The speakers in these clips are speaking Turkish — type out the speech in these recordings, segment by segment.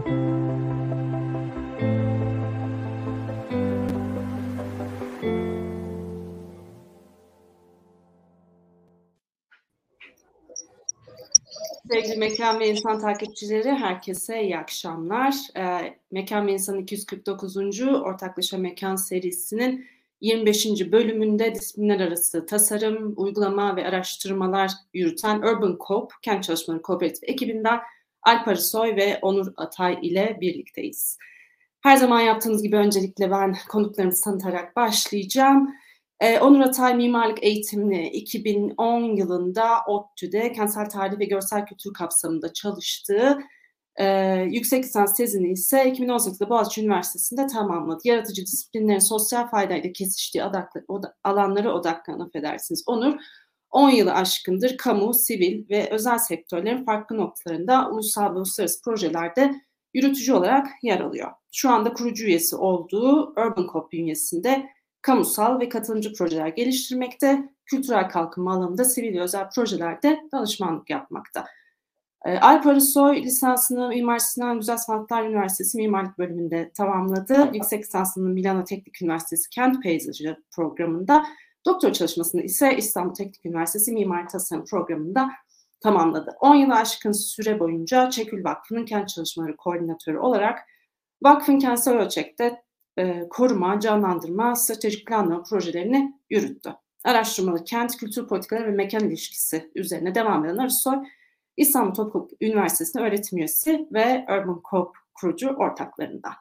Sevgili Mekan ve İnsan takipçileri, herkese iyi akşamlar. Mekan ve İnsan'ın 249. Ortaklaşa Mekan serisinin 25. bölümünde disiplinler arası tasarım, uygulama ve araştırmalar yürüten Urban Coop, Kent Çalışmaları Kooperatif ekibinden Alp Arısoy ve Onur Atay ile birlikteyiz. Her zaman yaptığımız gibi öncelikle ben konuklarımızı tanıtarak başlayacağım. Onur Atay mimarlık eğitimli, 2010 yılında ODTÜ'de kentsel tarih ve görsel kültür kapsamında çalıştığı yüksek lisans tezini ise 2018'de Boğaziçi Üniversitesi'nde tamamladı. Yaratıcı disiplinlerin sosyal faydayla kesiştiği alanlara odaklanan, affedersiniz, Onur 10 yılı aşkındır kamu, sivil ve özel sektörlerin farklı noktalarında ulusal ve uluslararası projelerde yürütücü olarak yer alıyor. Şu anda kurucu üyesi olduğu Urban Coop bünyesinde kamusal ve katılımcı projeler geliştirmekte, kültürel kalkınma alanında sivil ve özel projelerde danışmanlık yapmakta. Alp Arısoy lisansını Mimar Sinan Güzel Sanatlar Üniversitesi Mimarlık bölümünde tamamladı. Yüksek lisansını Milano Teknik Üniversitesi Kent Peyzajı programında, doktora çalışmasını ise İstanbul Teknik Üniversitesi Mimari Tasarım programında tamamladı. 10 yılı aşkın süre boyunca Çekül Vakfı'nın kent çalışmaları koordinatörü olarak vakfın kentsel ölçekte koruma, canlandırma, stratejik planlama projelerini yürüttü. Araştırmalı kent, kültür politikaları ve mekan ilişkisi üzerine devam eden Arısoy, İstanbul Topkapı Üniversitesi'nde öğretim üyesi ve Urban Coop kurucu ortaklarından.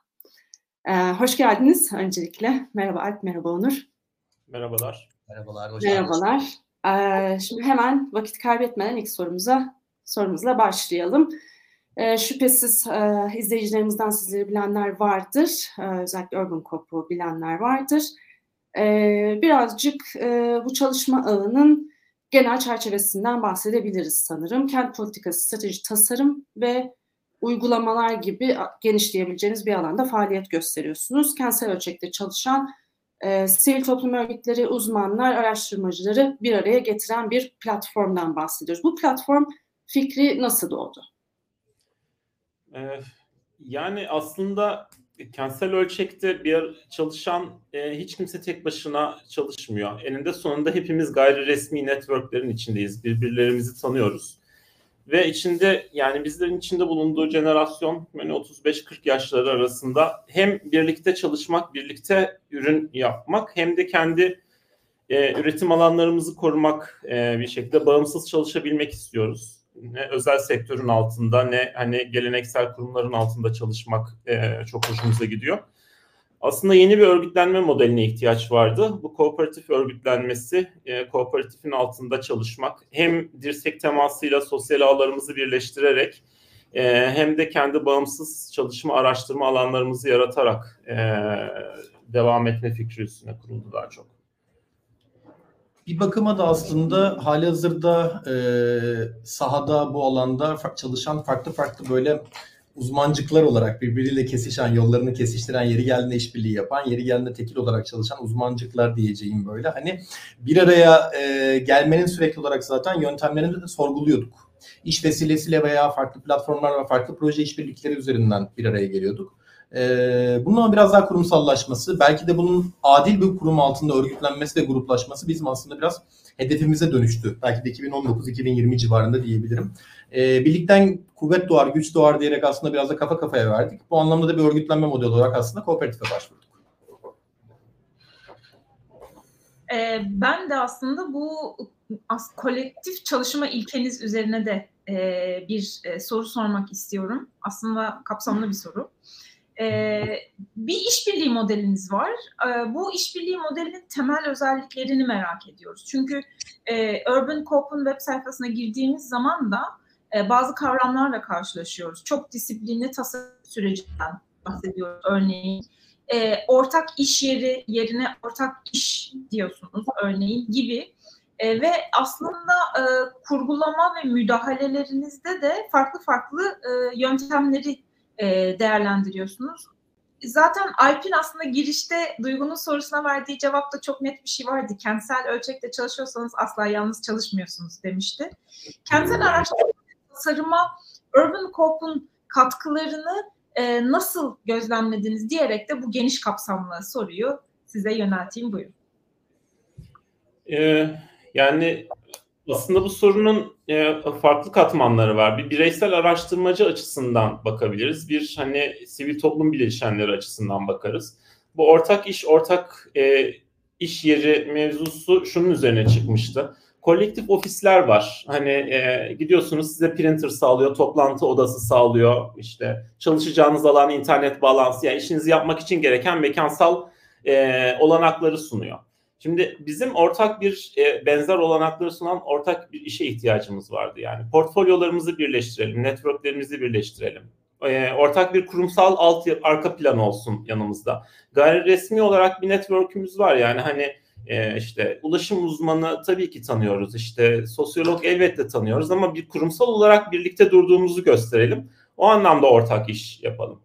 Hoş geldiniz öncelikle. Merhaba Alp, merhaba Onur. Merhabalar. Merhabalar, hoş geldiniz. Merhabalar. Şimdi hemen vakit kaybetmeden ilk sorumuzla başlayalım. Şüphesiz izleyicilerimizden sizleri bilenler vardır. Özellikle Urban Coop'u bilenler vardır. Birazcık bu çalışma ağının genel çerçevesinden bahsedebiliriz sanırım. Kent politikası, strateji, tasarım ve uygulamalar gibi genişleyebileceğiniz bir alanda faaliyet gösteriyorsunuz. Kentsel ölçekte çalışan sivil toplum örgütleri, uzmanlar, araştırmacıları bir araya getiren bir platformdan bahsediyoruz. Bu platform fikri nasıl doğdu? Yani aslında kentsel ölçekte bir çalışan hiç kimse tek başına çalışmıyor. Eninde sonunda hepimiz gayri resmi networklerin içindeyiz. Birbirlerimizi tanıyoruz. Ve içinde, yani bizlerin içinde bulunduğu jenerasyon yani 35-40 yaşları arasında hem birlikte çalışmak, birlikte ürün yapmak hem de kendi üretim alanlarımızı korumak, bir şekilde bağımsız çalışabilmek istiyoruz. Ne özel sektörün altında ne hani geleneksel kurumların altında çalışmak çok hoşumuza gidiyor. Aslında yeni bir örgütlenme modeline ihtiyaç vardı. Bu kooperatif örgütlenmesi, kooperatifin altında çalışmak, hem dirsek temasıyla sosyal ağlarımızı birleştirerek hem de kendi bağımsız çalışma araştırma alanlarımızı yaratarak devam etme fikri üstüne kuruldu daha çok. Bir bakıma da aslında halihazırda sahada bu alanda çalışan farklı böyle uzmancıklar olarak birbiriyle kesişen, yollarını kesiştiren, yeri geldiğinde işbirliği yapan, yeri geldiğinde tekil olarak çalışan uzmancıklar diyeceğim böyle. Hani bir araya gelmenin sürekli olarak zaten yöntemlerini de sorguluyorduk. İş vesilesiyle veya farklı platformlar ve farklı proje işbirlikleri üzerinden bir araya geliyorduk. Bunun biraz daha kurumsallaşması, belki de bunun adil bir kurum altında örgütlenmesi ve gruplaşması bizim aslında biraz hedefimize dönüştü. Belki de 2019-2020 civarında diyebilirim. Birlikten kuvvet doğar, güç doğar diyerek aslında biraz da kafa kafaya verdik. Bu anlamda da bir örgütlenme modeli olarak aslında kooperatife başvurduk. Ben de aslında bu kolektif çalışma ilkeniz üzerine de bir soru sormak istiyorum. Aslında kapsamlı bir soru. Bir işbirliği modeliniz var. Bu işbirliği modelinin temel özelliklerini merak ediyoruz. Çünkü Urban Coop'un web sayfasına girdiğimiz zaman da bazı kavramlarla karşılaşıyoruz. Çok disiplinli tasarım sürecinden bahsediyoruz örneğin. Ortak iş yeri yerine ortak iş diyorsunuz örneğin gibi. Ve aslında kurgulama ve müdahalelerinizde de farklı yöntemleri değerlendiriyorsunuz. Zaten Alp'in aslında girişte Duygu'nun sorusuna verdiği cevapta çok net bir şey vardı. Kentsel ölçekte çalışıyorsanız asla yalnız çalışmıyorsunuz demişti. Kentsel araştırma tasarıma Urban Coop'un katkılarını nasıl gözlemlediniz diyerek de bu geniş kapsamlı soruyu size yönelteyim. Buyurun. Yani aslında bu sorunun farklı katmanları var. Bir bireysel araştırmacı açısından bakabiliriz. Bir hani sivil toplum bileşenleri açısından bakarız. Bu ortak iş yeri mevzusu şunun üzerine çıkmıştı. Kolektif ofisler var. Hani gidiyorsunuz, size printer sağlıyor, toplantı odası sağlıyor, işte çalışacağınız alan, internet bağlantısı, yani işinizi yapmak için gereken mekansal olanakları sunuyor. Şimdi bizim ortak bir benzer olanakları sunan ortak bir işe ihtiyacımız vardı. Yani portfolyolarımızı birleştirelim, networklerimizi birleştirelim. Ortak bir kurumsal arka plan olsun yanımızda. Gayri resmi olarak bir network'ümüz var. Yani hani işte ulaşım uzmanı tabii ki tanıyoruz. İşte sosyolog elbette tanıyoruz ama bir kurumsal olarak birlikte durduğumuzu gösterelim. O anlamda ortak iş yapalım.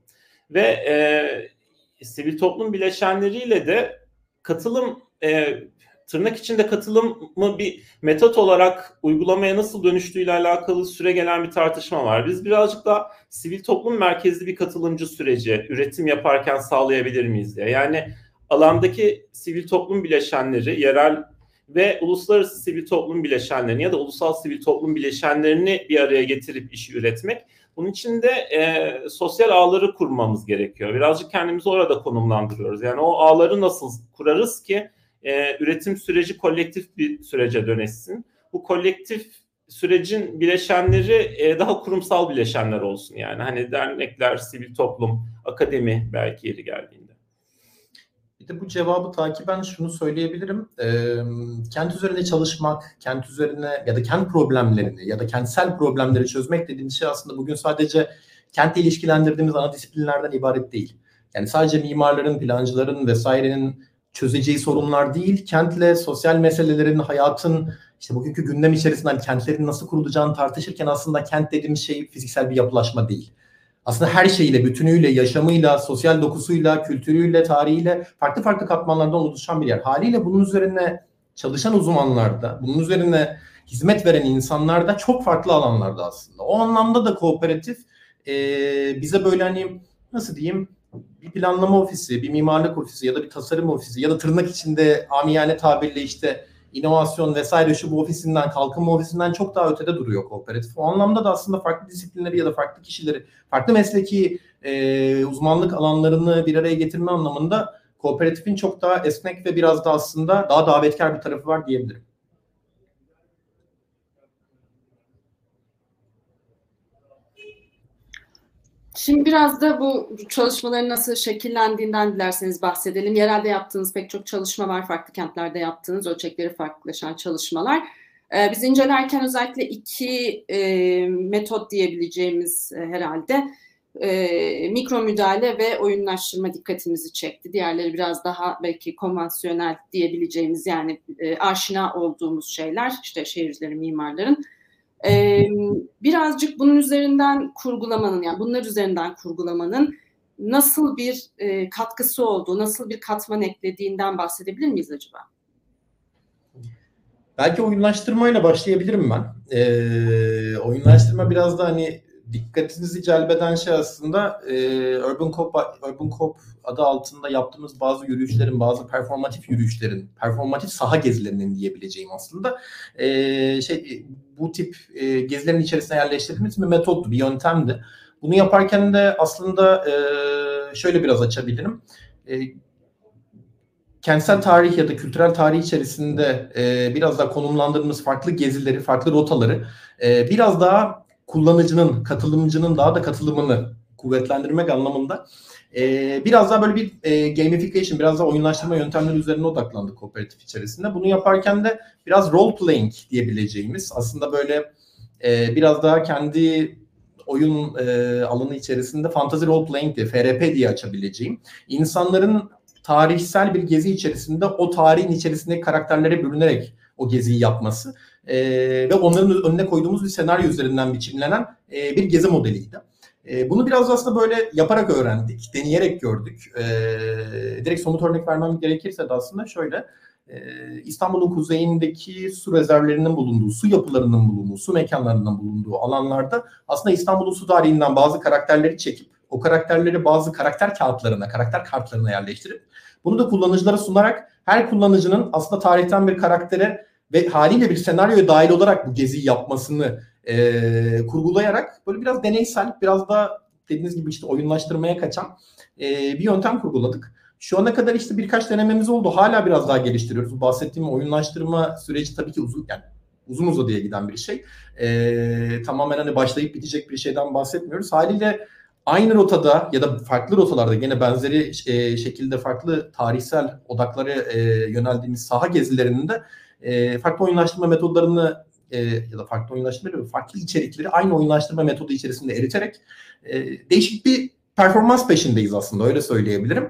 Ve sivil toplum bileşenleriyle de katılım, tırnak içinde katılımı bir metot olarak uygulamaya nasıl dönüştüğüyle alakalı süre gelen bir tartışma var. Biz birazcık daha sivil toplum merkezli bir katılımcı süreci üretim yaparken sağlayabilir miyiz diye. Yani alandaki sivil toplum bileşenleri, yerel ve uluslararası sivil toplum bileşenlerini ya da ulusal sivil toplum bileşenlerini bir araya getirip işi üretmek. Bunun için de sosyal ağları kurmamız gerekiyor. Birazcık kendimizi orada konumlandırıyoruz. Yani o ağları nasıl kurarız ki üretim süreci kolektif bir sürece dönüşsün. Bu kolektif sürecin bileşenleri daha kurumsal bileşenler olsun. Yani hani dernekler, sivil toplum, akademi belki yeri geldiğinde. Bir de bu cevabı takiben şunu söyleyebilirim. Kent üzerinde çalışmak, kent üzerine ya da kent problemlerini ya da kentsel problemleri çözmek dediğimiz şey aslında bugün sadece kentle ilişkilendirdiğimiz ana disiplinlerden ibaret değil. Yani sadece mimarların, plancıların vesairenin çözeceği sorunlar değil, kentle sosyal meselelerin, hayatın, işte bugünkü gündem içerisinden kentlerin nasıl kurulacağını tartışırken aslında kent dediğimiz şey fiziksel bir yapılaşma değil. Aslında her şeyiyle, bütünüyle, yaşamıyla, sosyal dokusuyla, kültürüyle, tarihiyle farklı katmanlardan oluşan bir yer. Haliyle bunun üzerine çalışan uzmanlarda, bunun üzerine hizmet veren insanlarda çok farklı alanlarda aslında. O anlamda da kooperatif bize böyle hani nasıl diyeyim, bir planlama ofisi, bir mimarlık ofisi ya da bir tasarım ofisi ya da tırnak içinde amiyane tabirle işte inovasyon vesaire şu bu ofisinden, kalkınma ofisinden çok daha ötede duruyor kooperatif. O anlamda da aslında farklı disiplinleri ya da farklı kişileri, farklı mesleki uzmanlık alanlarını bir araya getirme anlamında kooperatifin çok daha esnek ve biraz da aslında daha davetkar bir tarafı var diyebilirim. Şimdi biraz da bu çalışmaların nasıl şekillendiğinden dilerseniz bahsedelim. Yerelde yaptığınız pek çok çalışma var, farklı kentlerde yaptığınız ölçekleri farklılaşan çalışmalar. Biz incelerken özellikle iki metot diyebileceğimiz herhalde mikro müdahale ve oyunlaştırma dikkatimizi çekti. Diğerleri biraz daha belki konvansiyonel diyebileceğimiz, yani aşina olduğumuz şeyler, işte şehircilerin, mimarların. Birazcık bunun üzerinden kurgulamanın, yani bunlar üzerinden kurgulamanın nasıl bir katkısı olduğu, nasıl bir katman eklediğinden bahsedebilir miyiz acaba? Belki oyunlaştırmayla başlayabilirim ben. Oyunlaştırma biraz da hani dikkatinizi celbeden şey aslında Urban Coop adı altında yaptığımız bazı yürüyüşlerin, bazı performatif yürüyüşlerin, performatif saha gezilerinin diyebileceğim aslında bu tip gezilerin içerisine yerleştirdiğimiz bir metottu, bir yöntemdi. Bunu yaparken de aslında şöyle biraz açabilirim. Kentsel tarih ya da kültürel tarih içerisinde biraz daha konumlandırdığımız farklı gezileri, farklı rotaları biraz daha kullanıcının, katılımcının daha da katılımını kuvvetlendirmek anlamında biraz daha böyle bir gamification, biraz daha oyunlaştırma yöntemleri üzerine odaklandık kooperatif içerisinde. Bunu yaparken de biraz role playing diyebileceğimiz, aslında böyle biraz daha kendi oyun alanı içerisinde fantasy role playing diye, FRP diye açabileceğim, insanların tarihsel bir gezi içerisinde o tarihin içerisindeki karakterlere bürünerek o geziyi yapması ve onların önüne koyduğumuz bir senaryo üzerinden biçimlenen bir gezi modeliydi. Bunu biraz aslında böyle yaparak öğrendik, deneyerek gördük. Direkt somut örnek vermem gerekirse de aslında şöyle, İstanbul'un kuzeyindeki su rezervlerinin bulunduğu, su yapılarının bulunduğu, su mekanlarının bulunduğu alanlarda aslında İstanbul'un su tarihinden bazı karakterleri çekip o karakterleri bazı karakter kağıtlarına, karakter kartlarına yerleştirip bunu da kullanıcılara sunarak her kullanıcının aslında tarihten bir karaktere ve haliyle bir senaryoya dahil olarak bu geziyi yapmasını kurgulayarak böyle biraz deneysel, biraz da dediğiniz gibi işte oyunlaştırmaya kaçan bir yöntem kurguladık. Şu ana kadar işte birkaç denememiz oldu. Hala biraz daha geliştiriyoruz. Bahsettiğim oyunlaştırma süreci tabii ki uzun uzadıya giden bir şey. Tamamen hani başlayıp bitecek bir şeyden bahsetmiyoruz. Haliyle aynı rotada ya da farklı rotalarda gene benzeri şekilde farklı tarihsel odaklara yöneldiğimiz saha gezilerinin de farklı oyunlaştırma metodlarını ya da farklı oyunlaştırma, farklı içerikleri aynı oyunlaştırma metodu içerisinde eriterek değişik bir performans peşindeyiz aslında, öyle söyleyebilirim.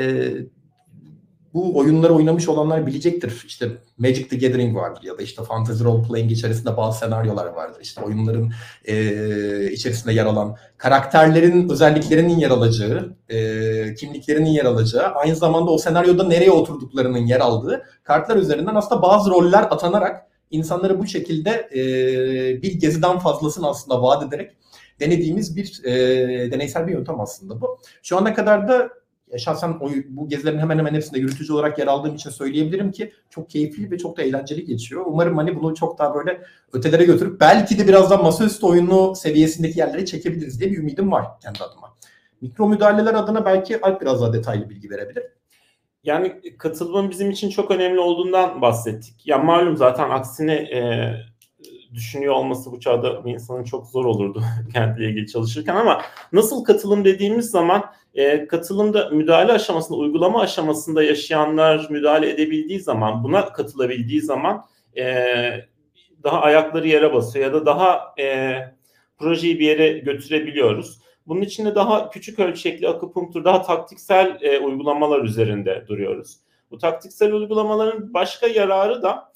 Bu oyunları oynamış olanlar bilecektir. İşte Magic the Gathering vardır ya da işte Fantasy Role Playing içerisinde bazı senaryolar vardır. İşte oyunların içerisinde yer alan karakterlerin özelliklerinin yer alacağı, kimliklerinin yer alacağı, aynı zamanda o senaryoda nereye oturduklarının yer aldığı kartlar üzerinden aslında bazı roller atanarak insanları bu şekilde bir geziden fazlasını aslında vaat ederek denediğimiz bir deneysel bir yöntem aslında bu. Şu ana kadar da şahsen bu gezilerin hemen hemen hepsinde yürütücü olarak yer aldığım için söyleyebilirim ki çok keyifli ve çok da eğlenceli geçiyor. Umarım hani bunu çok daha böyle ötelere götürüp belki de birazdan masaüstü oyunu seviyesindeki yerlere çekebiliriz diye bir ümidim var kendi adıma. Mikro müdahaleler adına belki Alp biraz daha detaylı bilgi verebilir. Yani katılımın bizim için çok önemli olduğundan bahsettik. Ya malum zaten aksine düşünüyor olması bu çağda bir insanın çok zor olurdu kendiyle ilgili çalışırken, ama nasıl katılım dediğimiz zaman katılımda müdahale aşamasında, uygulama aşamasında yaşayanlar müdahale edebildiği zaman, buna katılabildiği zaman daha ayakları yere basıyor ya da daha projeyi bir yere götürebiliyoruz. Bunun için de daha küçük ölçekli akupunktur, daha taktiksel uygulamalar üzerinde duruyoruz. Bu taktiksel uygulamaların başka yararı da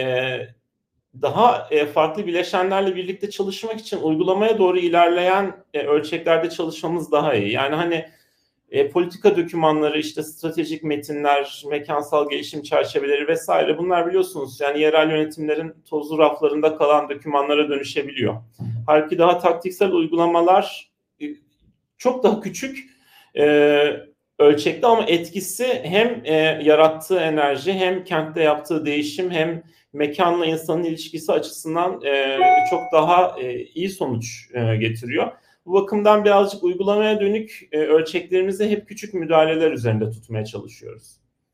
daha farklı bileşenlerle birlikte çalışmak için uygulamaya doğru ilerleyen ölçeklerde çalışmamız daha iyi. Yani hani politika dokümanları, işte stratejik metinler, mekansal gelişim çerçeveleri vesaire, bunlar biliyorsunuz yani yerel yönetimlerin tozlu raflarında kalan dokümanlara dönüşebiliyor. Halbuki daha taktiksel uygulamalar çok daha küçük ölçekte ama etkisi hem yarattığı enerji, hem kentte yaptığı değişim, hem mekanla insanın ilişkisi açısından çok daha iyi sonuç getiriyor. Bu bakımdan birazcık uygulamaya dönük ölçeklerimizi hep küçük müdahaleler üzerinde tutmaya çalışıyoruz.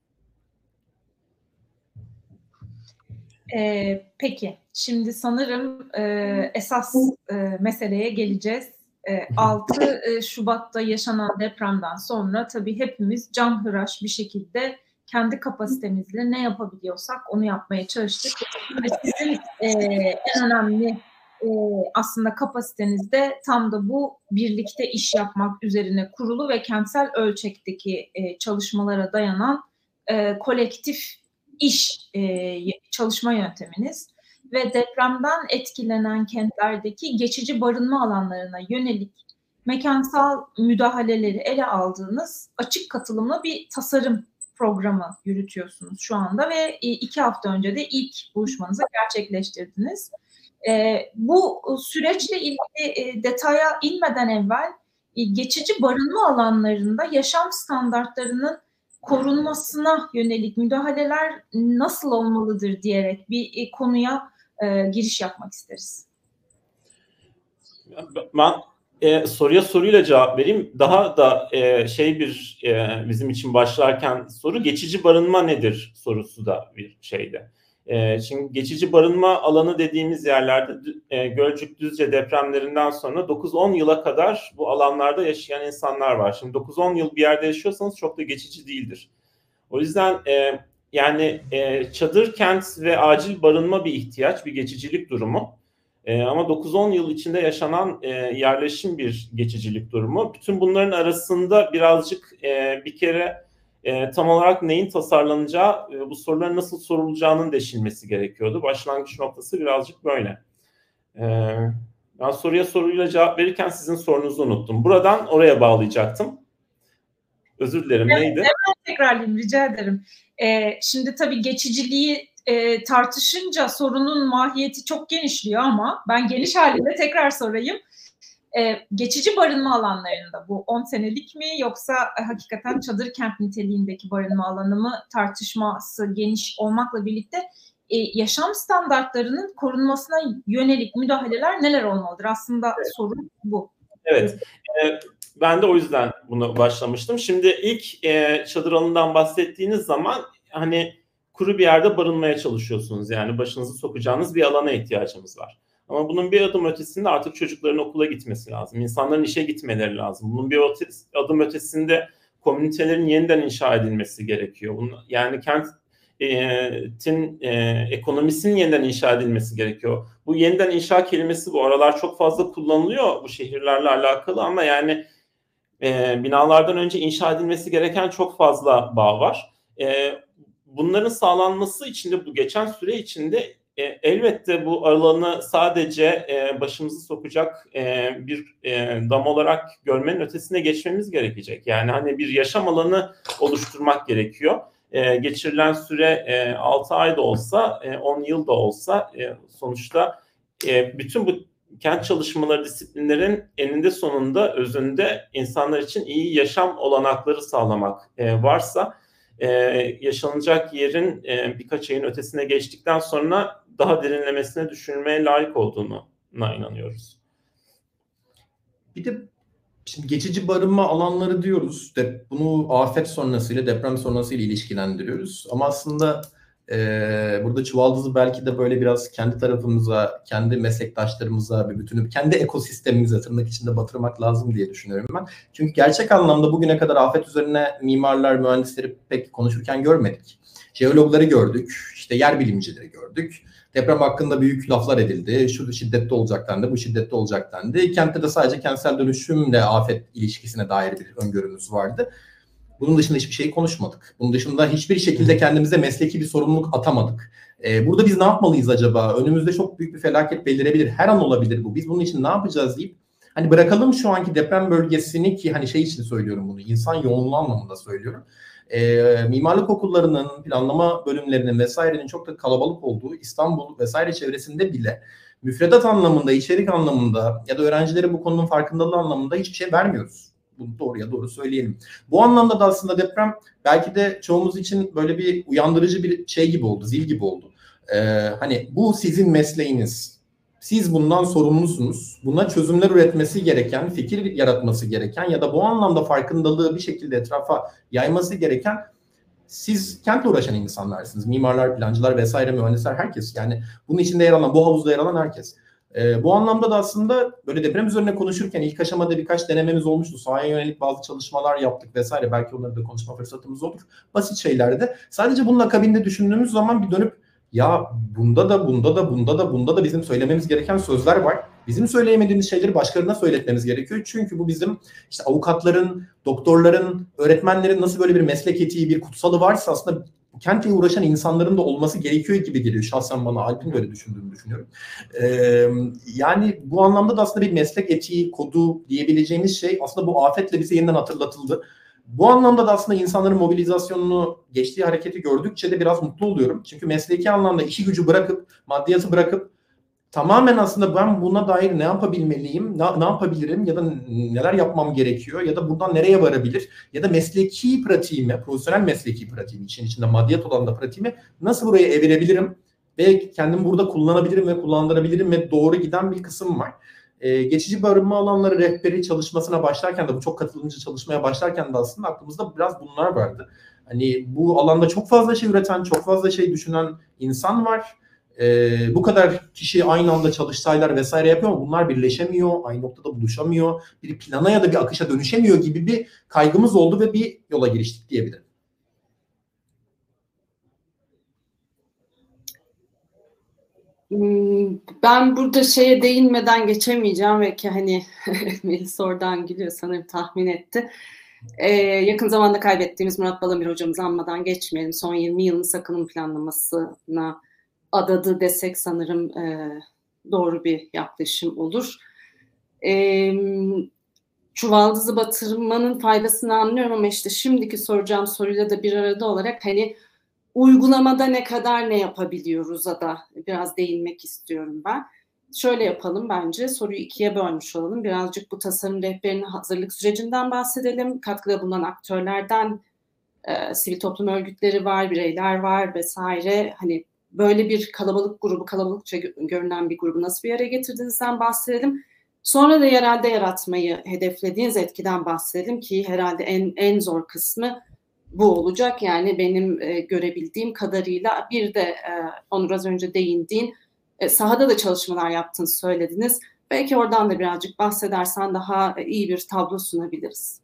Peki, şimdi sanırım esas meseleye geleceğiz. 6 Şubat'ta yaşanan depremden sonra tabii hepimiz canhıraş bir şekilde kendi kapasitemizle ne yapabiliyorsak onu yapmaya çalıştık. Ve sizin en önemli aslında kapasiteniz de tam da bu birlikte iş yapmak üzerine kurulu ve kentsel ölçekteki çalışmalara dayanan kolektif iş çalışma yönteminiz. Ve depremden etkilenen kentlerdeki geçici barınma alanlarına yönelik mekansal müdahaleleri ele aldığınız açık katılımlı bir tasarım programı yürütüyorsunuz şu anda ve 2 hafta önce de ilk buluşmanızı gerçekleştirdiniz. Bu süreçle ilgili detaya inmeden evvel geçici barınma alanlarında yaşam standartlarının korunmasına yönelik müdahaleler nasıl olmalıdır diyerek bir konuya giriş yapmak isteriz. Ben soruya soruyla cevap vereyim. Daha da bizim için başlarken soru, geçici barınma nedir sorusu da bir şeydi. Şimdi geçici barınma alanı dediğimiz yerlerde Gölcük Düzce depremlerinden sonra 9-10 yıla kadar bu alanlarda yaşayan insanlar var. Şimdi 9-10 yıl bir yerde yaşıyorsanız çok da geçici değildir. O yüzden çadır kent ve acil barınma bir ihtiyaç, bir geçicilik durumu. Ama 9-10 yıl içinde yaşanan yerleşim bir geçicilik durumu. Bütün bunların arasında birazcık bir kere tam olarak neyin tasarlanacağı, bu soruların nasıl sorulacağının deşilmesi gerekiyordu. Başlangıç noktası birazcık böyle. Ben soruyla cevap verirken sizin sorunuzu unuttum. Buradan oraya bağlayacaktım. Özür dilerim, neydi? Hemen tekrarlayayım, rica ederim. Şimdi tabii geçiciliği tartışınca sorunun mahiyeti çok genişliyor ama ben geniş halinde tekrar sorayım. Geçici barınma alanlarında bu 10 senelik mi yoksa hakikaten çadır kent niteliğindeki barınma alanı mı tartışması geniş olmakla birlikte yaşam standartlarının korunmasına yönelik müdahaleler neler olmalıdır? Aslında soru bu. Evet. Ben de o yüzden bunu başlamıştım. Şimdi ilk çadır alanından bahsettiğiniz zaman hani kuru bir yerde barınmaya çalışıyorsunuz. Yani başınızı sokacağınız bir alana ihtiyacımız var. Ama bunun bir adım ötesinde artık çocukların okula gitmesi lazım. İnsanların işe gitmeleri lazım. Bunun bir adım ötesinde komünitelerin yeniden inşa edilmesi gerekiyor. Yani kentin ekonomisinin yeniden inşa edilmesi gerekiyor. Bu yeniden inşa kelimesi bu aralar çok fazla kullanılıyor bu şehirlerle alakalı ama yani binalardan önce inşa edilmesi gereken çok fazla bağ var. Bunların sağlanması için de bu geçen süre içinde elbette bu alanı sadece başımızı sokacak bir dam olarak görmenin ötesine geçmemiz gerekecek. Yani hani bir yaşam alanı oluşturmak gerekiyor. Geçirilen süre 6 ay da olsa, 10 yıl da olsa sonuçta bütün bu kent çalışmaları disiplinlerin eninde sonunda özünde insanlar için iyi yaşam olanakları sağlamak varsa yaşanacak yerin birkaç ayın ötesine geçtikten sonra daha derinlemesine düşünülmeye layık olduğuna inanıyoruz. Bir de şimdi geçici barınma alanları diyoruz. Bunu afet sonrasıyla, deprem sonrasıyla ilişkilendiriyoruz. Ama aslında burada Çuvaldız'ı belki de böyle biraz kendi tarafımıza, kendi meslektaşlarımıza, bir bütünü, kendi ekosistemimize tırnak içinde batırmak lazım diye düşünüyorum ben. Çünkü gerçek anlamda bugüne kadar afet üzerine mimarlar, mühendisleri pek konuşurken görmedik. Jeologları gördük, işte yer bilimcileri gördük. Deprem hakkında büyük laflar edildi. Şu şiddette olacak dendi, bu şiddette olacak dendi. Kentte de sadece kentsel dönüşümle afet ilişkisine dair bir öngörümüz vardı. Bunun dışında hiçbir şey konuşmadık. Bunun dışında hiçbir şekilde kendimize mesleki bir sorumluluk atamadık. Burada biz ne yapmalıyız acaba? Önümüzde çok büyük bir felaket belirebilir. Her an olabilir bu. Biz bunun için ne yapacağız deyip hani bırakalım şu anki deprem bölgesini ki hani şey için söylüyorum bunu. İnsan yoğunluğu anlamında söylüyorum. Mimarlık okullarının, planlama bölümlerinin vesairenin çok da kalabalık olduğu İstanbul vesaire çevresinde bile müfredat anlamında, içerik anlamında ya da öğrencilerin bu konunun farkındalığı anlamında hiçbir şey vermiyoruz. Bunu doğruya doğru söyleyelim. Bu anlamda da aslında deprem belki de çoğumuz için böyle bir uyandırıcı bir şey gibi oldu, zil gibi oldu. Hani bu sizin mesleğiniz. Siz bundan sorumlusunuz. Buna çözümler üretmesi gereken, fikir yaratması gereken ya da bu anlamda farkındalığı bir şekilde etrafa yayması gereken siz kentle uğraşan insanlarsınız. Mimarlar, plancılar vesaire, mühendisler, herkes. Yani bunun içinde yer alan, bu havuzda yer alan herkes. Bu anlamda da aslında böyle deprem üzerine konuşurken ilk aşamada birkaç denememiz olmuştu. Sahaya yönelik bazı çalışmalar yaptık vesaire. Belki onları da konuşma fırsatımız olur. Basit şeylerde. Sadece bunun akabinde düşündüğümüz zaman bir dönüp ya bunda da bizim söylememiz gereken sözler var. Bizim söyleyemediğimiz şeyleri başkalarına söyletmemiz gerekiyor. Çünkü bu bizim işte avukatların, doktorların, öğretmenlerin nasıl böyle bir meslek etiği, bir kutsalı varsa aslında kentle uğraşan insanların da olması gerekiyor gibi geliyor. Şahsen bana, Alp'in böyle düşündüğünü düşünüyorum. Yani bu anlamda da aslında bir meslek etiği, kodu diyebileceğimiz şey aslında bu afetle bize yeniden hatırlatıldı. Bu anlamda da aslında insanların mobilizasyonunu, geçtiği hareketi gördükçe de biraz mutlu oluyorum. Çünkü mesleki anlamda işi gücü bırakıp, maddiyatı bırakıp tamamen aslında ben buna dair ne yapabilmeliyim, ne yapabilirim ya da neler yapmam gerekiyor ya da buradan nereye varabilir ya da mesleki pratiğimi, profesyonel mesleki pratiğimi, için içinde maddiyat olan da pratiğimi nasıl buraya evirebilirim ve kendimi burada kullanabilirim ve kullandırabilirim ve doğru giden bir kısım var. Geçici barınma alanları rehberi çalışmasına başlarken de bu çok katılımcı çalışmaya başlarken de aslında aklımızda biraz bunlar vardı. Hani bu alanda çok fazla şey üreten, çok fazla şey düşünen insan var. Bu kadar kişi aynı anda çalıştaylar vesaire yapıyor ama bunlar birleşemiyor, aynı noktada buluşamıyor, bir plana ya da bir akışa dönüşemiyor gibi bir kaygımız oldu ve bir yola giriştik diyebilirim. Ben burada şeye değinmeden geçemeyeceğim ve ki hani Melis oradan gülüyor sanırım, tahmin etti. Yakın zamanda kaybettiğimiz Murat Balamir hocamızı anmadan geçmeyelim. Son 20 yılın sakınım planlamasına adadı desek sanırım doğru bir yaklaşım olur. Çuvaldızı batırmanın faydasını anlıyorum ama işte şimdiki soracağım soruyla da bir arada olarak hani uygulamada ne kadar ne yapabiliyoruz'a da biraz değinmek istiyorum ben. şöyle yapalım bence. Soruyu ikiye bölmüş olalım. Birazcık bu tasarım rehberinin hazırlık sürecinden bahsedelim. Katkıda bulunan aktörlerden, sivil toplum örgütleri var, bireyler var vesaire. Hani böyle bir kalabalık grubu, kalabalıkça görünen bir grubu nasıl bir araya getirdiğinizden bahsedelim. Sonra da yerelde yaratmayı hedeflediğiniz etkiden bahsedelim ki herhalde en zor kısmı bu olacak. Yani benim görebildiğim kadarıyla bir de Onur az önce değindiğin sahada da çalışmalar yaptığını söylediniz. Belki oradan da birazcık bahsedersen daha iyi bir tablo sunabiliriz.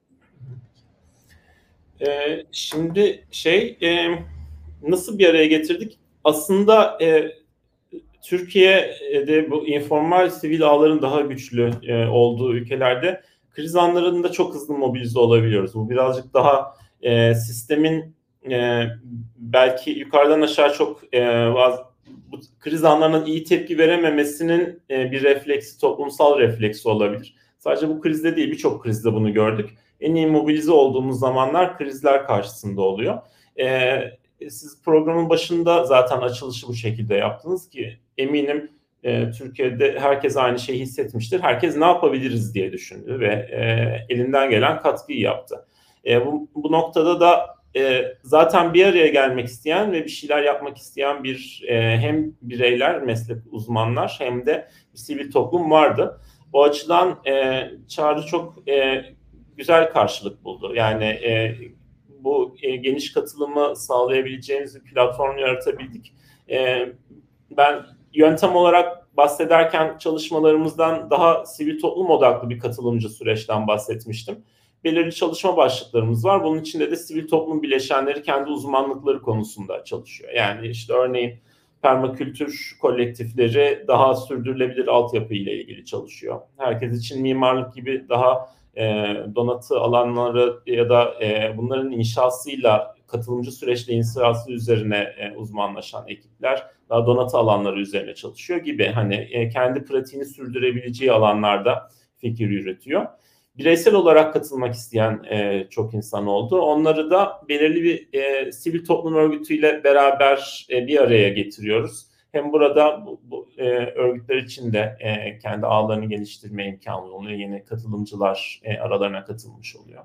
Şimdi nasıl bir araya getirdik? Aslında Türkiye'de bu informal sivil ağların daha güçlü olduğu ülkelerde kriz anlarında çok hızlı mobilize olabiliyoruz. Bu birazcık daha sistemin belki yukarıdan aşağı çok bu kriz anlarına iyi tepki verememesinin bir refleksi, toplumsal refleksi olabilir. Sadece bu krizde değil, birçok krizde bunu gördük. En iyi mobilize olduğumuz zamanlar krizler karşısında oluyor. Siz programın başında zaten açılışı bu şekilde yaptınız ki eminim Türkiye'de herkes aynı şeyi hissetmiştir. Herkes ne yapabiliriz diye düşündü ve elinden gelen katkıyı yaptı. Bu noktada da zaten bir araya gelmek isteyen ve bir şeyler yapmak isteyen hem bireyler, meslek uzmanlar hem de bir sivil toplum vardı. O açıdan çağrı çok güzel karşılık buldu. Yani bu geniş katılımı sağlayabileceğimiz bir platform yaratabildik. Ben yöntem olarak bahsederken çalışmalarımızdan daha sivil toplum odaklı bir katılımcı süreçten bahsetmiştim. Belirli çalışma başlıklarımız var. Bunun içinde de sivil toplum bileşenleri kendi uzmanlıkları konusunda çalışıyor. Yani işte örneğin permakültür kolektifleri daha sürdürülebilir altyapı ile ilgili çalışıyor. Herkes için mimarlık gibi daha donatı alanları ya da bunların inşasıyla katılımcı süreçte inşası üzerine uzmanlaşan ekipler daha donatı alanları üzerine çalışıyor gibi. Hani kendi pratiğini sürdürebileceği alanlarda fikir yürütüyor. Bireysel olarak katılmak isteyen çok insan oldu. Onları da belirli bir sivil toplum örgütüyle beraber bir araya getiriyoruz. Hem burada bu örgütler için de kendi ağlarını geliştirme imkanı oluyor. Yeni katılımcılar aralarına katılmış oluyor.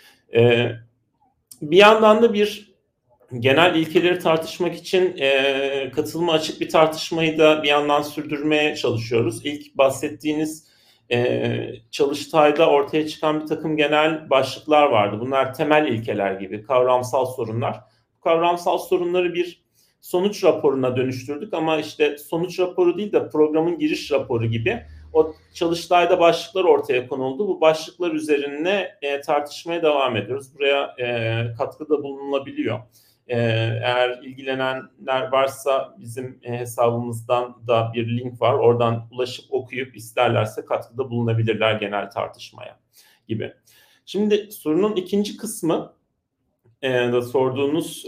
Bir yandan da bir genel ilkeleri tartışmak için katılıma açık bir tartışmayı da bir yandan sürdürmeye çalışıyoruz. İlk bahsettiğiniz çalıştayda ortaya çıkan bir takım genel başlıklar vardı. Bunlar temel ilkeler gibi, kavramsal sorunlar. Bu kavramsal sorunları bir sonuç raporuna dönüştürdük ama işte sonuç raporu değil de programın giriş raporu gibi o çalıştayda başlıklar ortaya konuldu. Bu başlıklar üzerine tartışmaya devam ediyoruz. Buraya katkıda bulunulabiliyor. Eğer ilgilenenler varsa bizim hesabımızdan da bir link var. Oradan ulaşıp okuyup isterlerse katkıda bulunabilirler genel tartışmaya gibi. Şimdi sorunun ikinci kısmı da sorduğunuz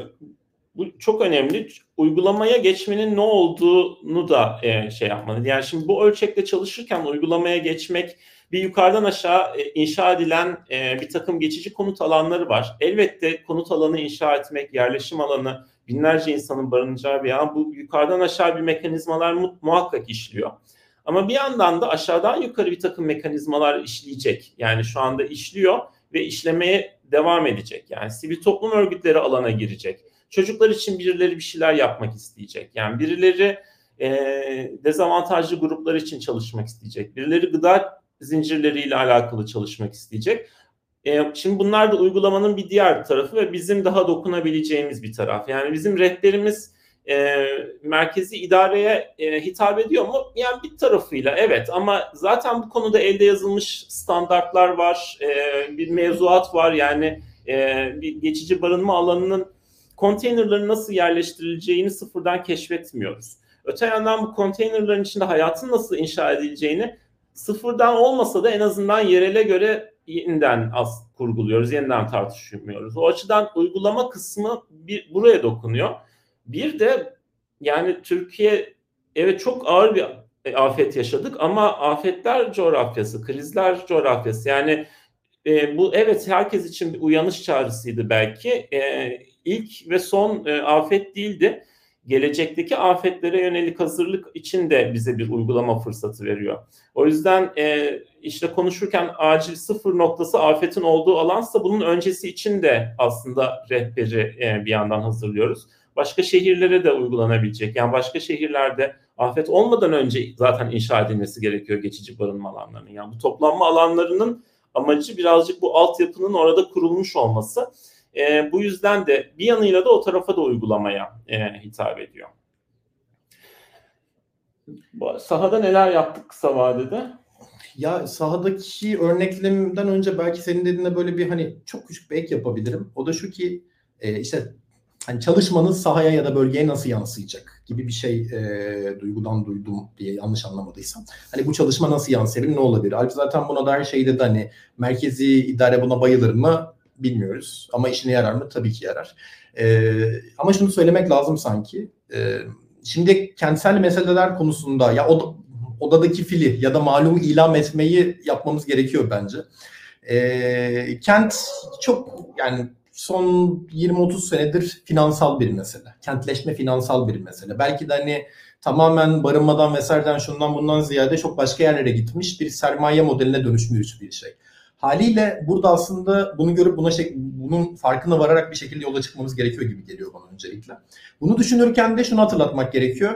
bu çok önemli. Uygulamaya geçmenin ne olduğunu da yapmalı. Yani şimdi bu ölçekte çalışırken uygulamaya geçmek bir yukarıdan aşağı inşa edilen bir takım geçici konut alanları var. Elbette konut alanı inşa etmek, yerleşim alanı, binlerce insanın barınacağı bir alan. Bu yukarıdan aşağı bir mekanizmalar muhakkak işliyor. Ama bir yandan da aşağıdan yukarı bir takım mekanizmalar işleyecek. Yani şu anda işliyor ve işlemeye devam edecek. Yani sivil toplum örgütleri alana girecek. Çocuklar için birileri bir şeyler yapmak isteyecek. Yani birileri dezavantajlı gruplar için çalışmak isteyecek. Birileri gıda zincirleriyle alakalı çalışmak isteyecek. Şimdi bunlar da uygulamanın bir diğer tarafı ve bizim daha dokunabileceğimiz bir taraf. Yani bizim rehberimiz merkezi idareye hitap ediyor mu? Yani bir tarafıyla evet, ama zaten bu konuda elde yazılmış standartlar var, bir mevzuat var. Yani bir geçici barınma alanının konteynerların nasıl yerleştirileceğini sıfırdan keşfetmiyoruz. Öte yandan bu konteynerların içinde hayatın nasıl inşa edileceğini sıfırdan olmasa da en azından yerele göre yeniden kurguluyoruz, yeniden tartışmıyoruz. O açıdan uygulama kısmı buraya dokunuyor. Bir de yani Türkiye evet çok ağır bir afet yaşadık ama afetler coğrafyası, krizler coğrafyası. Yani bu evet herkes için bir uyanış çağrısıydı belki. İlk ve son afet değildi. gelecekteki afetlere yönelik hazırlık için de bize bir uygulama fırsatı veriyor. O yüzden işte konuşurken acil sıfır noktası afetin olduğu alansa bunun öncesi için de aslında rehberi bir yandan hazırlıyoruz. Başka şehirlere de uygulanabilecek. Yani başka şehirlerde afet olmadan önce zaten inşa edilmesi gerekiyor geçici barınma alanlarının. Yani bu toplanma alanlarının amacı birazcık bu altyapının orada kurulmuş olması. Bu yüzden de bir yanıyla da o tarafa da uygulamaya hitap ediyor. Sahada neler yaptık kısa vadede? Ya sahadaki örneklemden önce belki senin dediğine böyle bir hani çok küçük bir ek yapabilirim. O da şu ki işte hani çalışmanız sahaya ya da bölgeye nasıl yansıyacak gibi bir şey Duygu'dan duydum diye yanlış anlamadıysam. Hani bu çalışma nasıl yansıyabilir, ne olabilir? Alp zaten buna dair şey dedi, hani merkezi idare buna bayılır mı bilmiyoruz. Ama işine yarar mı? Tabii ki yarar. Ama şunu söylemek lazım sanki. Şimdi kentsel meseleler konusunda ya odadaki fili ya da malumu ilan etmeyi yapmamız gerekiyor bence. Kent çok yani son 20-30 senedir finansal bir mesele. Kentleşme finansal bir mesele. Belki de hani tamamen barınmadan vesaireden şundan bundan ziyade çok başka yerlere gitmiş bir sermaye modeline dönüşmüş bir şey. Haliyle burada aslında bunu görüp bunun farkına vararak bir şekilde yola çıkmamız gerekiyor gibi geliyor bana öncelikle. Bunu düşünürken de şunu hatırlatmak gerekiyor.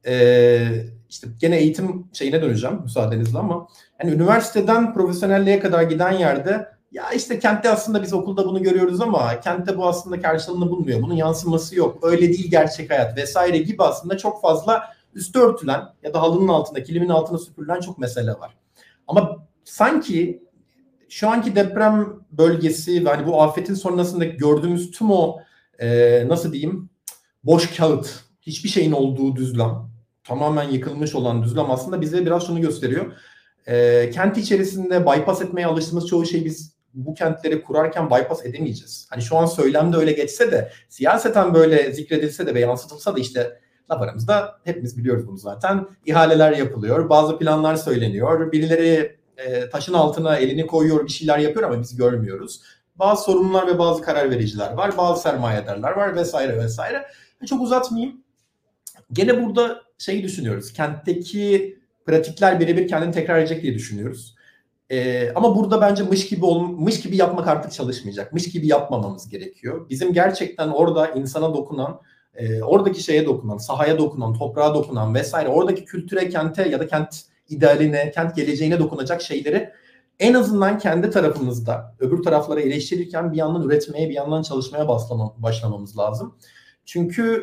İşte gene eğitim şeyine döneceğim müsaadenizle ama hani üniversiteden profesyonelliğe kadar giden yerde ya işte kentte aslında biz okulda bunu görüyoruz ama kentte bu aslında karşılığını bulmuyor. Bunun yansıması yok. Öyle değil gerçek hayat vesaire gibi aslında çok fazla üstü örtülen ya da halının altında, kilimin altına süpürülen çok mesele var. Ama sanki şu anki deprem bölgesi ve hani bu afetin sonrasında gördüğümüz tüm o nasıl diyeyim boş kağıt, hiçbir şeyin olduğu düzlem, tamamen yıkılmış olan düzlem aslında bize biraz şunu gösteriyor. Kent içerisinde bypass etmeye alıştığımız çoğu şeyi biz bu kentleri kurarken bypass edemeyeceğiz. Hani şu an söylemde öyle geçse de siyaseten böyle zikredilse de ve yansıtılsa da işte laf aramızda hepimiz biliyoruz bunu zaten. İhaleler yapılıyor, bazı planlar söyleniyor, birileri taşın altına elini koyuyor, bir şeyler yapıyor ama biz görmüyoruz. Bazı sorumlular ve bazı karar vericiler var, bazı sermayedarlar var vesaire vesaire. Çok uzatmayayım. Gene burada şeyi düşünüyoruz. Kentteki pratikler birebir kendini tekrar edecek diye düşünüyoruz. Ama burada bence mış gibi yapmak artık çalışmayacak. Mış gibi yapmamamız gerekiyor. Bizim gerçekten orada insana dokunan, oradaki şeye dokunan, sahaya dokunan, toprağa dokunan vesaire, oradaki kültüre, kente ya da kent idealine, kent geleceğine dokunacak şeyleri en azından kendi tarafımızda, öbür taraflara eleştirirken bir yandan üretmeye, bir yandan çalışmaya başlamamız lazım. Çünkü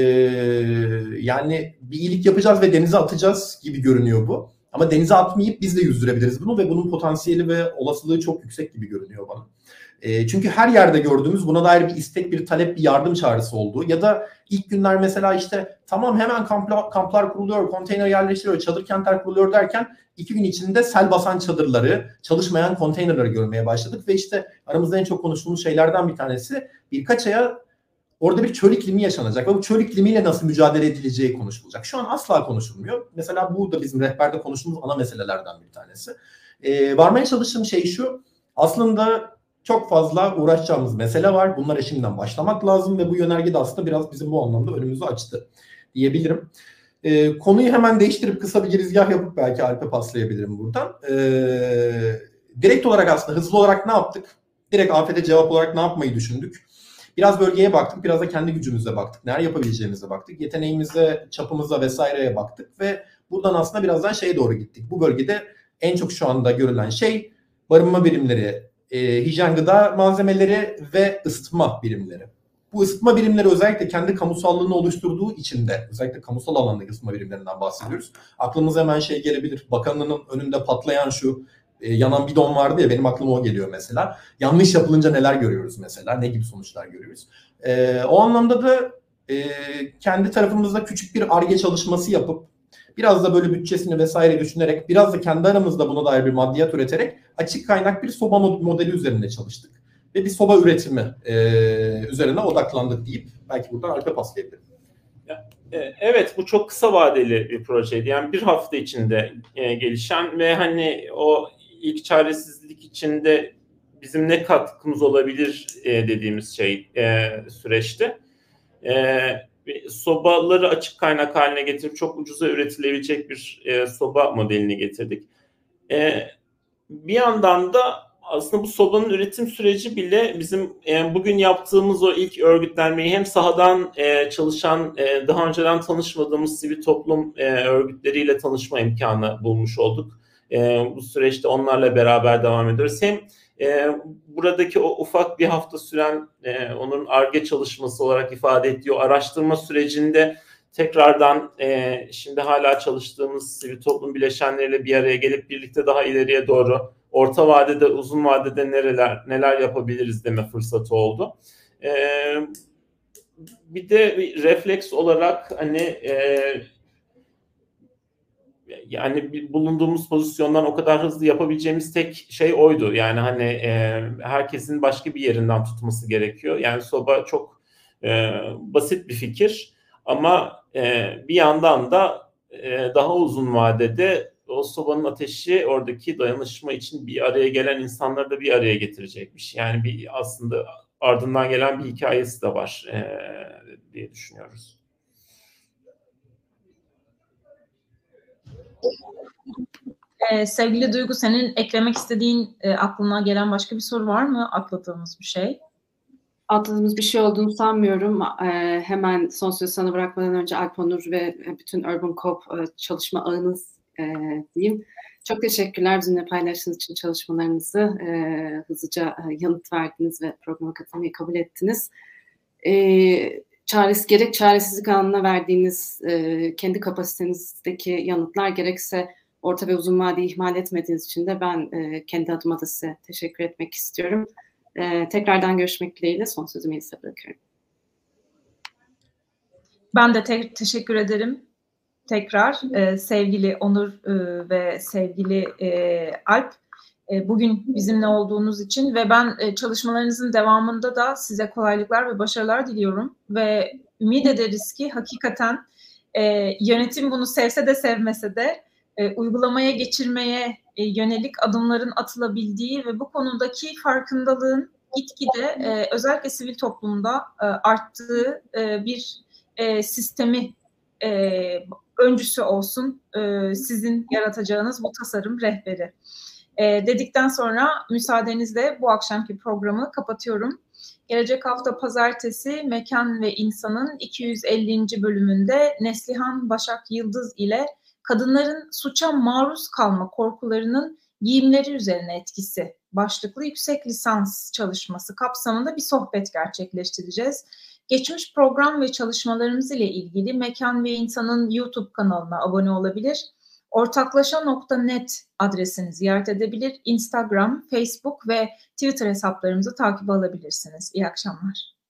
yani bir iyilik yapacağız ve denize atacağız gibi görünüyor bu. Ama denize atmayıp biz de yüzdürebiliriz bunu ve bunun potansiyeli ve olasılığı çok yüksek gibi görünüyor bana. Çünkü her yerde gördüğümüz buna dair bir istek, bir talep, bir yardım çağrısı olduğu ya da ilk günler mesela işte tamam hemen kamplar kuruluyor, konteyner yerleştiriliyor, çadır kentler kuruluyor derken 2 gün içinde sel basan çadırları, çalışmayan konteynerleri görmeye başladık ve işte aramızda en çok konuştuğumuz şeylerden bir tanesi birkaç aya orada bir çöl iklimi yaşanacak ve bu çöl iklimiyle nasıl mücadele edileceği konuşulacak. Şu an asla konuşulmuyor. Mesela bu da bizim rehberde konuştuğumuz ana meselelerden bir tanesi. Varmaya çalıştığım şey şu, aslında çok fazla uğraşacağımız mesele var. Bunlara şimdiden başlamak lazım ve bu yönerge de aslında biraz bizim bu anlamda önümüzü açtı diyebilirim. Konuyu hemen değiştirip kısa bir girizgah yapıp belki Alp'e paslayabilirim buradan. Direkt olarak aslında hızlı olarak ne yaptık? Direkt afete cevap olarak ne yapmayı düşündük? Biraz bölgeye baktık, biraz da kendi gücümüze baktık. Neler yapabileceğimize baktık. Yeteneğimize, çapımıza vesaireye baktık ve buradan aslında birazdan şeye doğru gittik. Bu bölgede en çok şu anda görülen şey barınma birimleri, hijyen gıda malzemeleri ve ısıtma birimleri. Bu ısıtma birimleri özellikle kendi kamusallığını oluşturduğu için de özellikle kamusal alandaki ısıtma birimlerinden bahsediyoruz. Aklımıza hemen şey gelebilir. Bakanlığın önünde patlayan şu yanan bidon vardı ya, benim aklıma o geliyor mesela. Yanlış yapılınca neler görüyoruz mesela, ne gibi sonuçlar görüyoruz. O anlamda da kendi tarafımızda küçük bir Ar-Ge çalışması yapıp biraz da böyle bütçesini vesaire düşünerek, biraz da kendi aramızda buna dair bir maddiyat üreterek açık kaynak bir soba modeli üzerinde çalıştık. Ve bir soba üretimi üzerine odaklandık deyip belki buradan Alp'e paslayabilirim. Evet, bu çok kısa vadeli bir projeydi. Yani bir hafta içinde gelişen ve hani o ilk çaresizlik içinde bizim ne katkımız olabilir dediğimiz şey süreçti. sobaları açık kaynak haline getirip çok ucuza üretilebilecek bir soba modelini getirdik. Bir yandan da aslında bu sobanın üretim süreci bile bizim bugün yaptığımız o ilk örgütlenmeyi hem sahadan çalışan daha önceden tanışmadığımız sivil toplum örgütleriyle tanışma imkanı bulmuş olduk. Bu süreçte onlarla beraber devam ediyoruz. Hem buradaki o ufak bir hafta süren onun Ar-Ge çalışması olarak ifade ettiği o araştırma sürecinde tekrardan şimdi hala çalıştığımız sivil toplum bileşenleriyle bir araya gelip birlikte daha ileriye doğru orta vadede, uzun vadede neler yapabiliriz deme fırsatı oldu. Bir de bir refleks olarak hani yani bulunduğumuz pozisyondan o kadar hızlı yapabileceğimiz tek şey oydu. Yani hani herkesin başka bir yerinden tutması gerekiyor. Yani soba çok basit bir fikir ama bir yandan da daha uzun vadede o sobanın ateşi oradaki dayanışma için bir araya gelen insanları da bir araya getirecekmiş. Yani bir aslında ardından gelen bir hikayesi de var diye düşünüyoruz. Sevgili Duygu, senin eklemek istediğin aklına gelen başka bir soru var mı? Atladığımız bir şey. Atladığımız bir şey olduğunu sanmıyorum. Hemen son sözü sana bırakmadan önce Alpanur ve bütün Urban Coop çalışma ağınız diyeyim. Çok teşekkürler bizimle paylaştığınız için çalışmalarınızı. Hızlıca yanıt verdiniz ve programa katılmayı kabul ettiniz. Gerek çaresizlik anına verdiğiniz kendi kapasitenizdeki yanıtlar gerekse orta ve uzun vadeyi ihmal etmediğiniz için de ben kendi adıma da size teşekkür etmek istiyorum. Tekrardan görüşmek dileğiyle son sözümü size bırakıyorum. Ben de teşekkür ederim. Tekrar sevgili Onur ve sevgili Alp, bugün bizimle olduğunuz için ve ben çalışmalarınızın devamında da size kolaylıklar ve başarılar diliyorum ve ümit ederiz ki hakikaten yönetim bunu sevse de sevmese de uygulamaya geçirmeye yönelik adımların atılabildiği ve bu konudaki farkındalığın gitgide özellikle sivil toplumda arttığı bir sistemi öncüsü olsun sizin yaratacağınız bu tasarım rehberi. Dedikten sonra müsaadenizle bu akşamki programı kapatıyorum. Gelecek hafta pazartesi Mekan ve İnsan'ın 250. bölümünde Neslihan Başak Yıldız ile kadınların suça maruz kalma korkularının giyimleri üzerine etkisi başlıklı yüksek lisans çalışması kapsamında bir sohbet gerçekleştireceğiz. Geçmiş program ve çalışmalarımız ile ilgili Mekan ve İnsan'ın YouTube kanalına abone olabilir. Ortaklaşa.net adresini ziyaret edebilir. Instagram, Facebook ve Twitter hesaplarımızı takip alabilirsiniz. İyi akşamlar.